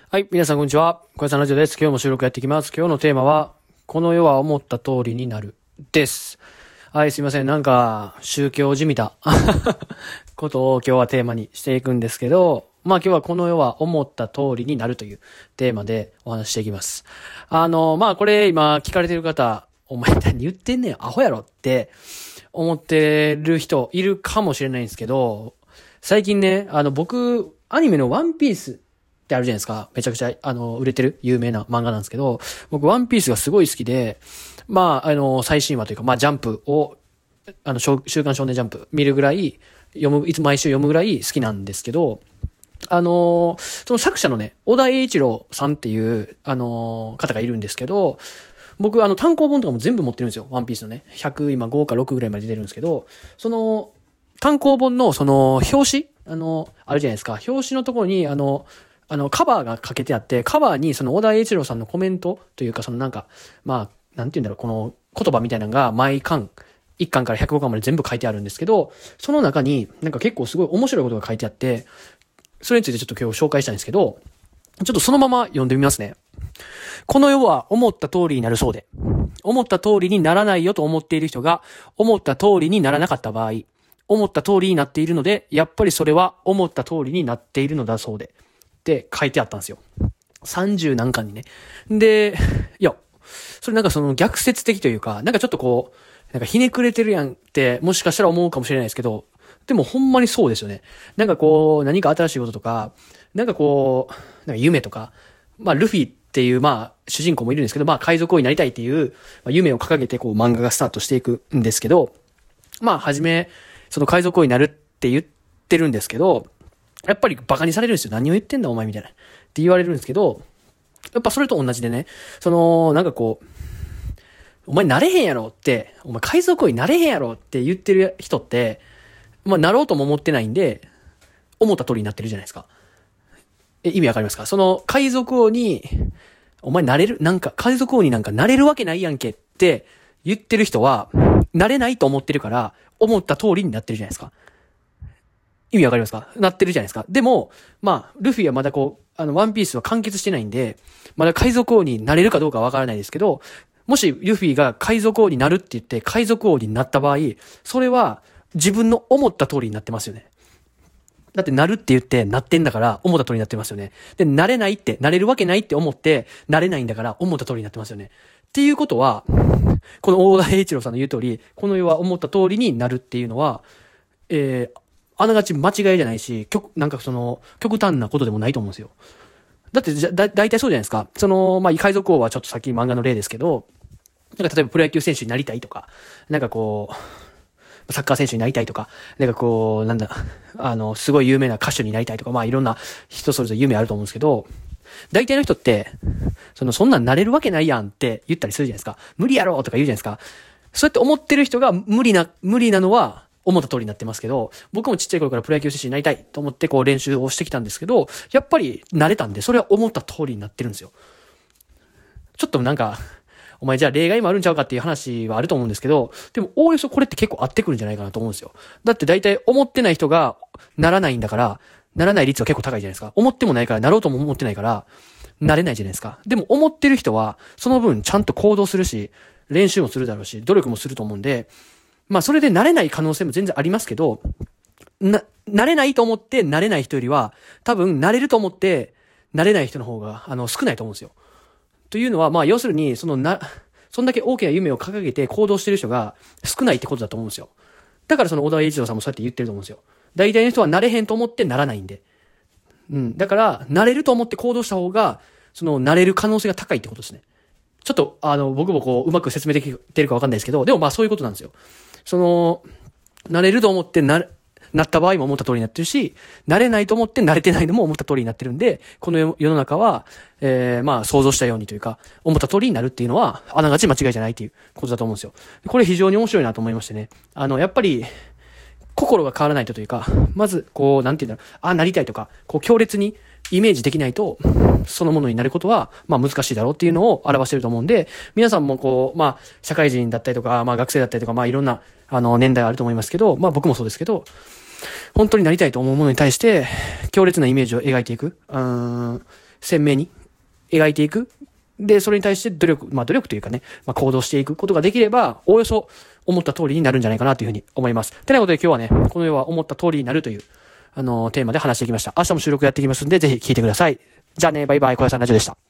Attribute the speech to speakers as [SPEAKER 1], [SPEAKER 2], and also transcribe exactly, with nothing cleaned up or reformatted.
[SPEAKER 1] はい、皆さんこんにちは。小屋さんラジオです。今日も収録やっていきます。今日のテーマは、この世は思った通りになるです。はい、すいません。なんか、宗教じみたことを今日はテーマにしていくんですけど、まあ今日はこの世は思った通りになるというテーマでお話ししていきます。あの、まあこれ今聞かれてる方、お前何言ってんねん、アホやろって思ってる人いるかもしれないんですけど、最近ね、あの僕、アニメのワンピースってあるじゃないですか。めちゃくちゃ、あの、売れてる有名な漫画なんですけど、僕、ワンピースがすごい好きで、まあ、あの、最新話というか、まあ、ジャンプを、あの、週刊少年ジャンプ見るぐらい、読む、いつ毎週読むぐらい好きなんですけど、あの、その作者のね、小田栄一郎さんっていう、あの、方がいるんですけど、僕、あの、単行本とかも全部持ってるんですよ。ワンピースのね。ひゃく、今ごかろくぐらいまで出てるんですけど、その、単行本の、その、表紙あの、あるじゃないですか。表紙のところに、あの、あの、カバーがかけてあって、カバーにその小田栄一郎さんのコメントというか、そのなんか、まあ、なんて言うんだろう、この言葉みたいなのが毎巻、いっかんからひゃくごかんまで全部書いてあるんですけど、その中になんか結構すごい面白いことが書いてあって、それについてちょっと今日紹介したいんですけど、ちょっとそのまま読んでみますね。この世は思った通りになるそうで、思った通りにならないよと思っている人が、思った通りにならなかった場合、思った通りになっているので、やっぱりそれは思った通りになっているのだそうで、って書いてあったんですよ。さんじゅう何巻にね。で、いや、それなんかその逆説的というか、なんかちょっとこう、なんかひねくれてるやんってもしかしたら思うかもしれないですけど、でもほんまにそうですよね。なんかこう、何か新しいこととか、なんかこう、なんか夢とか、まあルフィっていうまあ主人公もいるんですけど、まあ海賊王になりたいっていう、まあ、夢を掲げてこう漫画がスタートしていくんですけど、まあはじめ、その海賊王になるって言ってるんですけど、やっぱりバカにされるんですよ。何を言ってんだお前みたいな。って言われるんですけど、やっぱそれと同じでね、その、なんかこう、お前なれへんやろって、お前海賊王になれへんやろって言ってる人って、まあなろうとも思ってないんで、思った通りになってるじゃないですか。え、意味わかりますか？その海賊王に、お前なれる、なんか海賊王になんかなれるわけないやんけって言ってる人は、なれないと思ってるから、思った通りになってるじゃないですか。意味わかりますか？なってるじゃないですか。でも、まあ、ルフィはまだこう、あの、ワンピースは完結してないんで、まだ海賊王になれるかどうかわからないですけど、もしルフィが海賊王になるって言って海賊王になった場合、それは自分の思った通りになってますよね。だってなるって言ってなってんだから思った通りになってますよね。で、なれないって、なれるわけないって思ってなれないんだから思った通りになってますよね。っていうことは、この大田栄一郎さんの言う通り、この世は思った通りになるっていうのは、えー、あながち間違いじゃないし、極、なんかその、極端なことでもないと思うんですよ。だって、だ、だいたいそうじゃないですか。その、まあ、海賊王はちょっとさっき漫画の例ですけど、なんか例えばプロ野球選手になりたいとか、なんかこう、サッカー選手になりたいとか、なんかこう、なんだ、あの、すごい有名な歌手になりたいとか、まあいろんな人それぞれ夢あると思うんですけど、大体の人って、その、そんなんなれるわけないやんって言ったりするじゃないですか。無理やろとか言うじゃないですか。そうやって思ってる人が無理な、無理なのは、思った通りになってますけど、僕もちっちゃい頃からプロ野球選手になりたいと思ってこう練習をしてきたんですけど、やっぱり慣れたんで、それは思った通りになってるんですよ。ちょっとなんか、お前じゃあ例外もあるんちゃうかっていう話はあると思うんですけど、でもおおよそこれって結構合ってくるんじゃないかなと思うんですよ。だって大体思ってない人がならないんだから、ならない率は結構高いじゃないですか。思ってもないから、なろうとも思ってないから、なれないじゃないですか。でも思ってる人は、その分ちゃんと行動するし、練習もするだろうし、努力もすると思うんで、まあそれで慣れない可能性も全然ありますけど、な、慣れないと思って慣れない人よりは、多分慣れると思って慣れない人の方が、あの、少ないと思うんですよ。というのは、まあ要するに、そのな、そんだけ大きな夢を掲げて行動してる人が少ないってことだと思うんですよ。だからその小田栄一郎さんもそうやって言ってると思うんですよ。大体の人は慣れへんと思ってならないんで。うん。だから、慣れると思って行動した方が、その、慣れる可能性が高いってことですね。ちょっと、あの、僕もこう、うまく説明できてるかわかんないですけど、でもまあそういうことなんですよ。その、慣れると思ってな、なった場合も思った通りになってるし、慣れないと思って慣れてないのも思った通りになってるんで、この世の中は、えー、まあ想像したようにというか、思った通りになるっていうのは、あながち間違いじゃないっていうことだと思うんですよ。これ非常に面白いなと思いましてね。あの、やっぱり、心が変わらないとというか、まず、こう、なんていうんだろう、あ、なりたいとか、こう、強烈にイメージできないと、そのものになることは、まあ難しいだろうっていうのを表していると思うんで、皆さんもこう、まあ、社会人だったりとか、まあ学生だったりとか、まあいろんな、あの、年代あると思いますけど、まあ僕もそうですけど、 本当になりたいと思うものに対して、強烈なイメージを描いていく。うーん、鮮明に描いていく。で、それに対して努力、まあ努力というかね、まあ行動していくことができれば、おおよそ思った通りになるんじゃないかなというふうに思います。てなことで今日はね、この世は思った通りになるという、あのー、テーマで話してきました。明日も収録やっていきますんで、ぜひ聞いてください。じゃあね、バイバイ、小屋さんラジオでした。